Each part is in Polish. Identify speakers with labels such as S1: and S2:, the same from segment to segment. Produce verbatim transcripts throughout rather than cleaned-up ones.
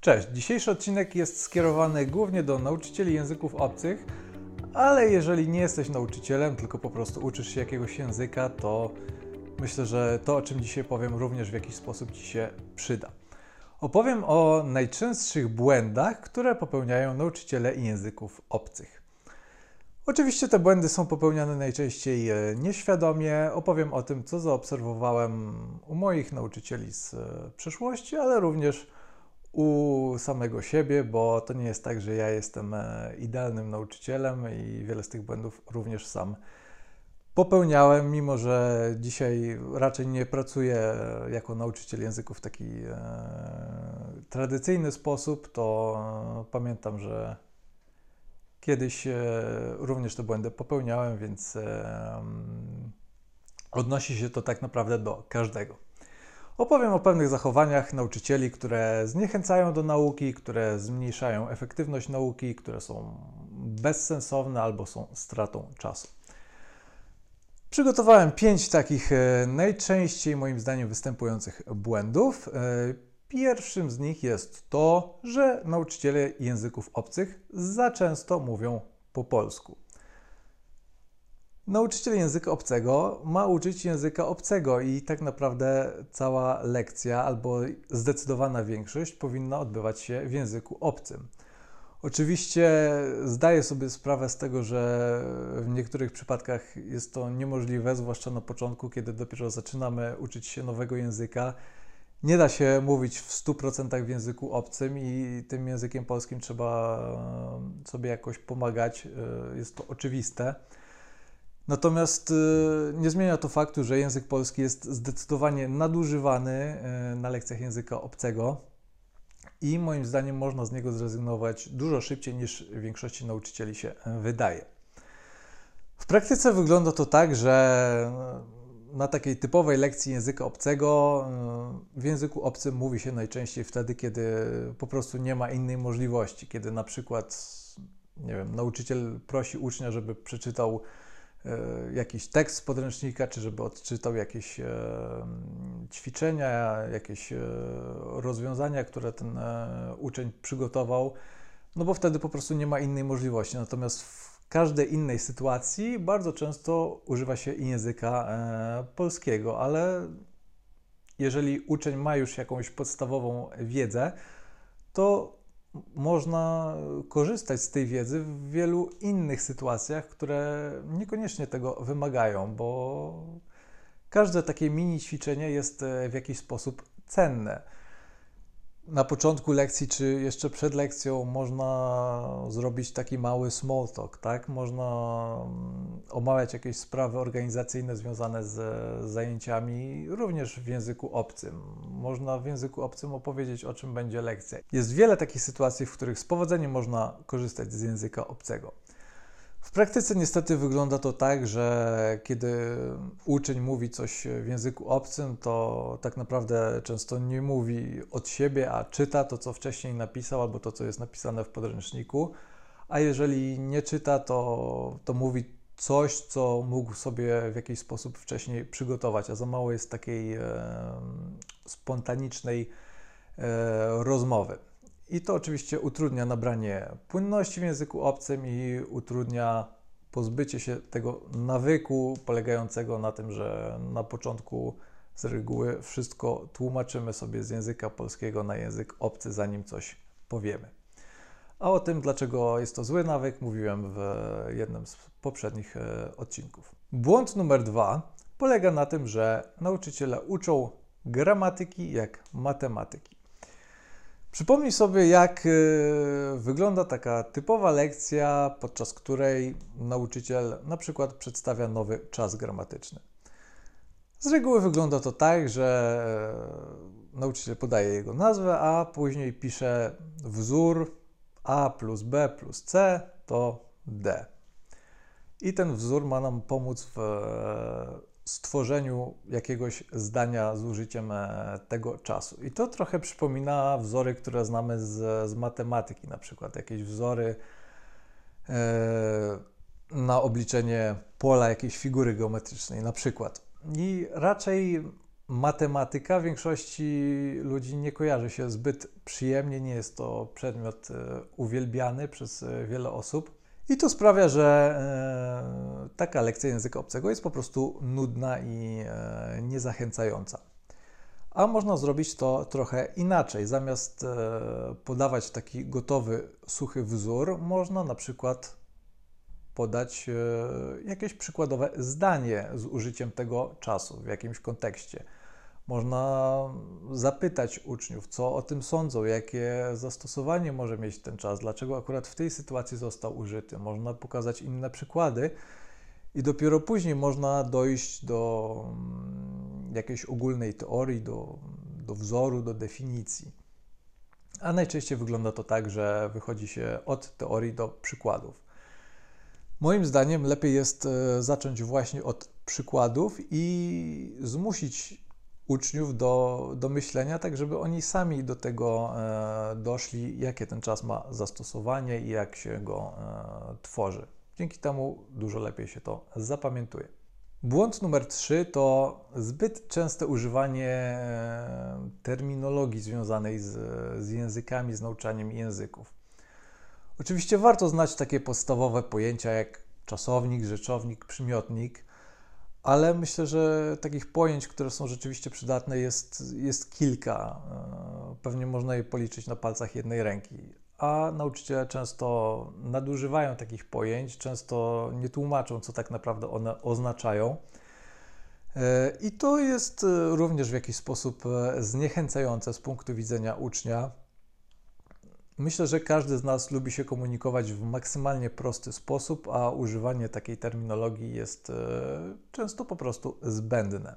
S1: Cześć, dzisiejszy odcinek jest skierowany głównie do nauczycieli języków obcych, ale jeżeli nie jesteś nauczycielem, tylko po prostu uczysz się jakiegoś języka, to myślę, że to, o czym dzisiaj powiem, również w jakiś sposób Ci się przyda. Opowiem o najczęstszych błędach, które popełniają nauczyciele języków obcych. Oczywiście te błędy są popełniane najczęściej nieświadomie. Opowiem o tym, co zaobserwowałem u moich nauczycieli z przeszłości, ale również u samego siebie, bo to nie jest tak, że ja jestem idealnym nauczycielem i wiele z tych błędów również sam popełniałem, mimo że dzisiaj raczej nie pracuję jako nauczyciel języków w taki e, tradycyjny sposób, to pamiętam, że kiedyś e, również te błędy popełniałem, więc e, odnosi się to tak naprawdę do każdego. Opowiem o pewnych zachowaniach nauczycieli, które zniechęcają do nauki, które zmniejszają efektywność nauki, które są bezsensowne albo są stratą czasu. Przygotowałem pięć takich najczęściej moim zdaniem występujących błędów. Pierwszym z nich jest to, że nauczyciele języków obcych za często mówią po polsku. Nauczyciel języka obcego ma uczyć języka obcego i tak naprawdę cała lekcja albo zdecydowana większość powinna odbywać się w języku obcym. Oczywiście zdaję sobie sprawę z tego, że w niektórych przypadkach jest to niemożliwe, zwłaszcza na początku, kiedy dopiero zaczynamy uczyć się nowego języka. Nie da się mówić w stu procentach w języku obcym i tym językiem polskim trzeba sobie jakoś pomagać, jest to oczywiste. Natomiast nie zmienia to faktu, że język polski jest zdecydowanie nadużywany na lekcjach języka obcego i moim zdaniem można z niego zrezygnować dużo szybciej niż większości nauczycieli się wydaje. W praktyce wygląda to tak, że na takiej typowej lekcji języka obcego w języku obcym mówi się najczęściej wtedy, kiedy po prostu nie ma innej możliwości, kiedy na przykład, nie wiem, nauczyciel prosi ucznia, żeby przeczytał jakiś tekst z podręcznika, czy żeby odczytał jakieś e, ćwiczenia, jakieś e, rozwiązania, które ten e, uczeń przygotował, no bo wtedy po prostu nie ma innej możliwości. Natomiast w każdej innej sytuacji bardzo często używa się języka e, polskiego, ale jeżeli uczeń ma już jakąś podstawową wiedzę, to można korzystać z tej wiedzy w wielu innych sytuacjach, które niekoniecznie tego wymagają, bo każde takie mini ćwiczenie jest w jakiś sposób cenne. Na początku lekcji, czy jeszcze przed lekcją można zrobić taki mały small talk, tak? Można omawiać jakieś sprawy organizacyjne związane z zajęciami, również w języku obcym. Można w języku obcym opowiedzieć, o czym będzie lekcja. Jest wiele takich sytuacji, w których z powodzeniem można korzystać z języka obcego. W praktyce niestety wygląda to tak, że kiedy uczeń mówi coś w języku obcym, to tak naprawdę często nie mówi od siebie, a czyta to, co wcześniej napisał, albo to, co jest napisane w podręczniku. A jeżeli nie czyta, to, to mówi coś, co mógł sobie w jakiś sposób wcześniej przygotować, a za mało jest takiej e, spontanicznej e, rozmowy. I to oczywiście utrudnia nabranie płynności w języku obcym i utrudnia pozbycie się tego nawyku polegającego na tym, że na początku z reguły wszystko tłumaczymy sobie z języka polskiego na język obcy, zanim coś powiemy. A o tym, dlaczego jest to zły nawyk, mówiłem w jednym z poprzednich odcinków. Błąd numer dwa polega na tym, że nauczyciele uczą gramatyki jak matematyki. Przypomnij sobie, jak wygląda taka typowa lekcja, podczas której nauczyciel na przykład przedstawia nowy czas gramatyczny. Z reguły wygląda to tak, że nauczyciel podaje jego nazwę, a później pisze wzór A plus B plus C to D. I ten wzór ma nam pomóc w stworzeniu jakiegoś zdania z użyciem tego czasu. I to trochę przypomina wzory, które znamy z, z matematyki, na przykład jakieś wzory e, na obliczenie pola jakiejś figury geometrycznej, na przykład. I raczej Matematyka w większości ludzi nie kojarzy się zbyt przyjemnie, nie jest to przedmiot uwielbiany przez wiele osób. I to sprawia, że e, taka lekcja języka obcego jest po prostu nudna i e, niezachęcająca. A można zrobić to trochę inaczej. Zamiast e, podawać taki gotowy, suchy wzór, można na przykład podać e, jakieś przykładowe zdanie z użyciem tego czasu w jakimś kontekście. Można zapytać uczniów, co o tym sądzą, jakie zastosowanie może mieć ten czas, dlaczego akurat w tej sytuacji został użyty. Można pokazać inne przykłady i dopiero później można dojść do jakiejś ogólnej teorii, do, do wzoru, do definicji. A najczęściej wygląda to tak, że wychodzi się od teorii do przykładów. Moim zdaniem lepiej jest zacząć właśnie od przykładów i zmusić uczniów do, do myślenia, tak żeby oni sami do tego e, doszli, jakie ten czas ma zastosowanie i jak się go e, tworzy. Dzięki temu dużo lepiej się to zapamiętuje. Błąd numer trzy to zbyt częste używanie e, terminologii związanej z, z językami, z nauczaniem języków. Oczywiście warto znać takie podstawowe pojęcia jak czasownik, rzeczownik, przymiotnik, ale myślę, że takich pojęć, które są rzeczywiście przydatne, jest, jest kilka. Pewnie można je policzyć na palcach jednej ręki. A nauczyciele często nadużywają takich pojęć, często nie tłumaczą, co tak naprawdę one oznaczają. I to jest również w jakiś sposób zniechęcające z punktu widzenia ucznia. Myślę, że każdy z nas lubi się komunikować w maksymalnie prosty sposób, a używanie takiej terminologii jest często po prostu zbędne.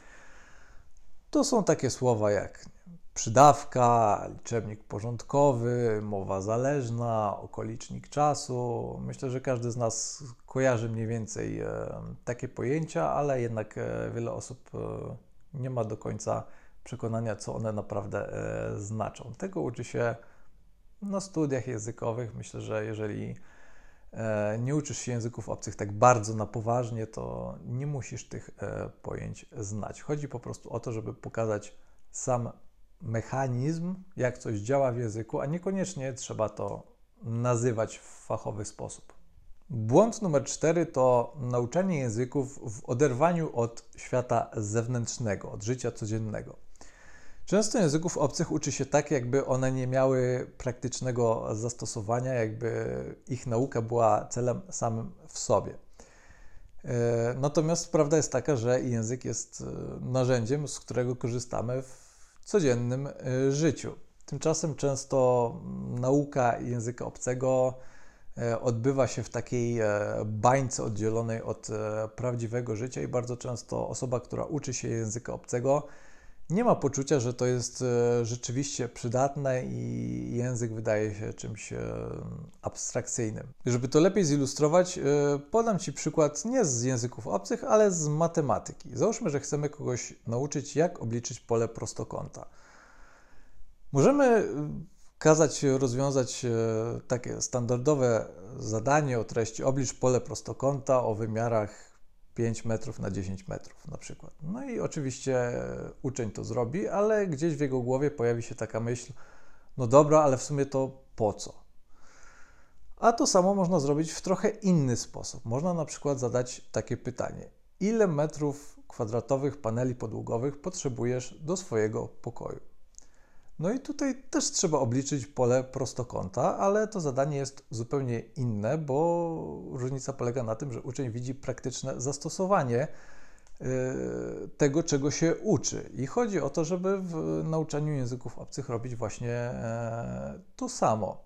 S1: To są takie słowa jak przydawka, liczebnik porządkowy, mowa zależna, okolicznik czasu. Myślę, że każdy z nas kojarzy mniej więcej takie pojęcia, ale jednak wiele osób nie ma do końca przekonania, co one naprawdę znaczą. Tego uczy się na studiach językowych. Myślę, że jeżeli e, nie uczysz się języków obcych tak bardzo na poważnie, to nie musisz tych e, pojęć znać. Chodzi po prostu o to, żeby pokazać sam mechanizm, jak coś działa w języku, a niekoniecznie trzeba to nazywać w fachowy sposób. Błąd numer cztery to nauczanie języków w oderwaniu od świata zewnętrznego, od życia codziennego. Często języków obcych uczy się tak, jakby one nie miały praktycznego zastosowania, jakby ich nauka była celem samym w sobie. Natomiast prawda jest taka, że język jest narzędziem, z którego korzystamy w codziennym życiu. Tymczasem często nauka języka obcego odbywa się w takiej bańce oddzielonej od prawdziwego życia i bardzo często osoba, która uczy się języka obcego, nie ma poczucia, że to jest rzeczywiście przydatne i język wydaje się czymś abstrakcyjnym. Żeby to lepiej zilustrować, podam Ci przykład nie z języków obcych, ale z matematyki. Załóżmy, że chcemy kogoś nauczyć, jak obliczyć pole prostokąta. Możemy kazać rozwiązać takie standardowe zadanie o treści oblicz pole prostokąta o wymiarach pięć metrów na dziesięć metrów na przykład. No i oczywiście uczeń to zrobi, ale gdzieś w jego głowie pojawi się taka myśl, no dobra, ale w sumie to po co? A to samo można zrobić w trochę inny sposób. Można na przykład zadać takie pytanie. Ile metrów kwadratowych paneli podłogowych potrzebujesz do swojego pokoju? No i tutaj też trzeba obliczyć pole prostokąta, ale to zadanie jest zupełnie inne, bo różnica polega na tym, że uczeń widzi praktyczne zastosowanie tego, czego się uczy. I chodzi o to, żeby w nauczaniu języków obcych robić właśnie to samo.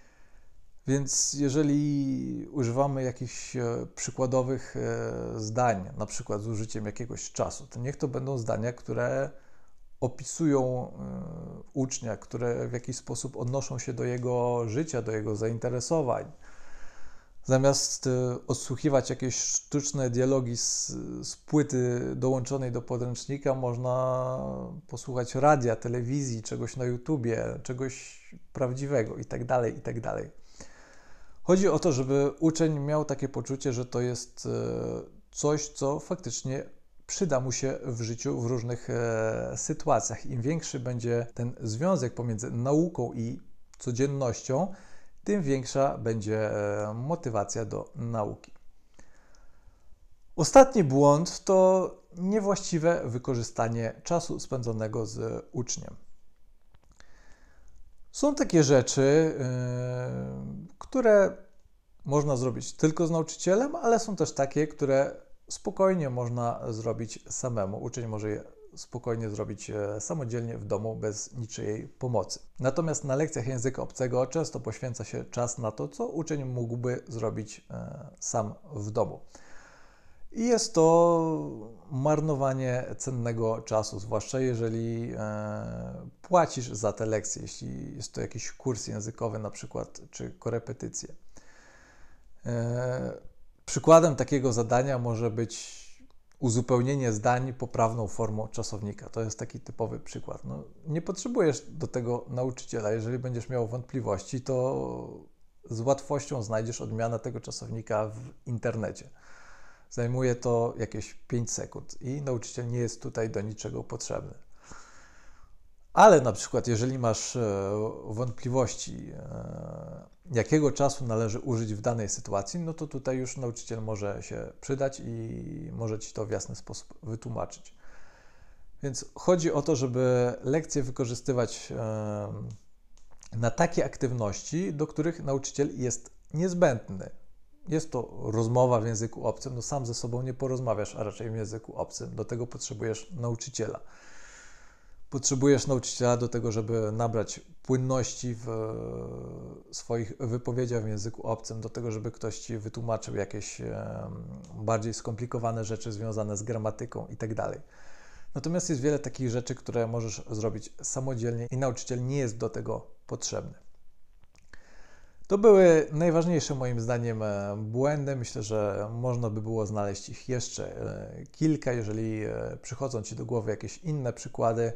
S1: Więc jeżeli używamy jakichś przykładowych zdań, na przykład z użyciem jakiegoś czasu, to niech to będą zdania, które opisują y, ucznia, które w jakiś sposób odnoszą się do jego życia, do jego zainteresowań. Zamiast y, odsłuchiwać jakieś sztuczne dialogi z, z płyty dołączonej do podręcznika, można posłuchać radia, telewizji, czegoś na YouTubie, czegoś prawdziwego itd., itd. Chodzi o to, żeby uczeń miał takie poczucie, że to jest y, coś, co faktycznie przyda mu się w życiu w różnych e, sytuacjach. Im większy będzie ten związek pomiędzy nauką i codziennością, tym większa będzie e, motywacja do nauki. Ostatni błąd to niewłaściwe wykorzystanie czasu spędzonego z uczniem. Są takie rzeczy, yy, które można zrobić tylko z nauczycielem, ale są też takie, które spokojnie można zrobić samemu. Uczeń może je spokojnie zrobić samodzielnie w domu bez niczyjej pomocy. Natomiast na lekcjach języka obcego często poświęca się czas na to, co uczeń mógłby zrobić yy, sam w domu. I jest to marnowanie cennego czasu, zwłaszcza jeżeli e, płacisz za te lekcje, jeśli jest to jakiś kurs językowy na przykład, czy korepetycje. E, przykładem takiego zadania może być uzupełnienie zdań poprawną formą czasownika. To jest taki typowy przykład. No, nie potrzebujesz do tego nauczyciela. Jeżeli będziesz miał wątpliwości, to z łatwością znajdziesz odmianę tego czasownika w internecie. Zajmuje to jakieś pięć sekund i nauczyciel nie jest tutaj do niczego potrzebny. Ale na przykład, jeżeli masz wątpliwości, jakiego czasu należy użyć w danej sytuacji, no to tutaj już nauczyciel może się przydać i może Ci to w jasny sposób wytłumaczyć. Więc chodzi o to, żeby lekcje wykorzystywać na takie aktywności, do których nauczyciel jest niezbędny. Jest to rozmowa w języku obcym, no sam ze sobą nie porozmawiasz, a raczej w języku obcym. Do tego potrzebujesz nauczyciela. Potrzebujesz nauczyciela do tego, żeby nabrać płynności w swoich wypowiedziach w języku obcym, do tego, żeby ktoś Ci wytłumaczył jakieś bardziej skomplikowane rzeczy związane z gramatyką i tak dalej. Natomiast jest wiele takich rzeczy, które możesz zrobić samodzielnie i nauczyciel nie jest do tego potrzebny. To były najważniejsze moim zdaniem błędy. Myślę, że można by było znaleźć ich jeszcze kilka. Jeżeli przychodzą Ci do głowy jakieś inne przykłady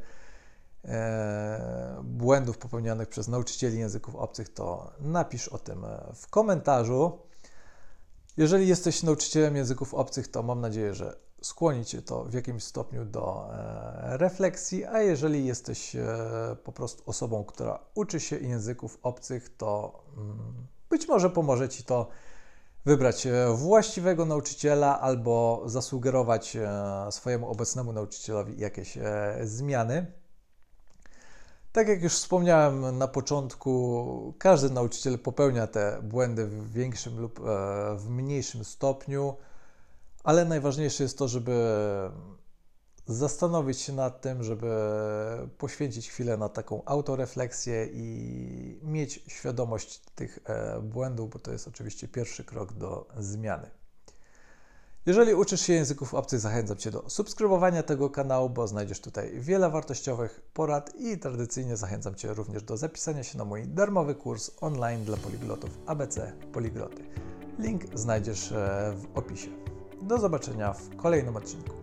S1: błędów popełnianych przez nauczycieli języków obcych, to napisz o tym w komentarzu. Jeżeli jesteś nauczycielem języków obcych, to mam nadzieję, że skłoni Cię to w jakimś stopniu do refleksji, a jeżeli jesteś po prostu osobą, która uczy się języków obcych, to być może pomoże Ci to wybrać właściwego nauczyciela albo zasugerować swojemu obecnemu nauczycielowi jakieś zmiany. Tak jak już wspomniałem na początku, każdy nauczyciel popełnia te błędy w większym lub w mniejszym stopniu, ale najważniejsze jest to, żeby zastanowić się nad tym, żeby poświęcić chwilę na taką autorefleksję i mieć świadomość tych błędów, bo to jest oczywiście pierwszy krok do zmiany. Jeżeli uczysz się języków obcych, zachęcam Cię do subskrybowania tego kanału, bo znajdziesz tutaj wiele wartościowych porad i tradycyjnie zachęcam Cię również do zapisania się na mój darmowy kurs online dla poliglotów A B C Poligloty. Link znajdziesz w opisie. Do zobaczenia w kolejnym odcinku.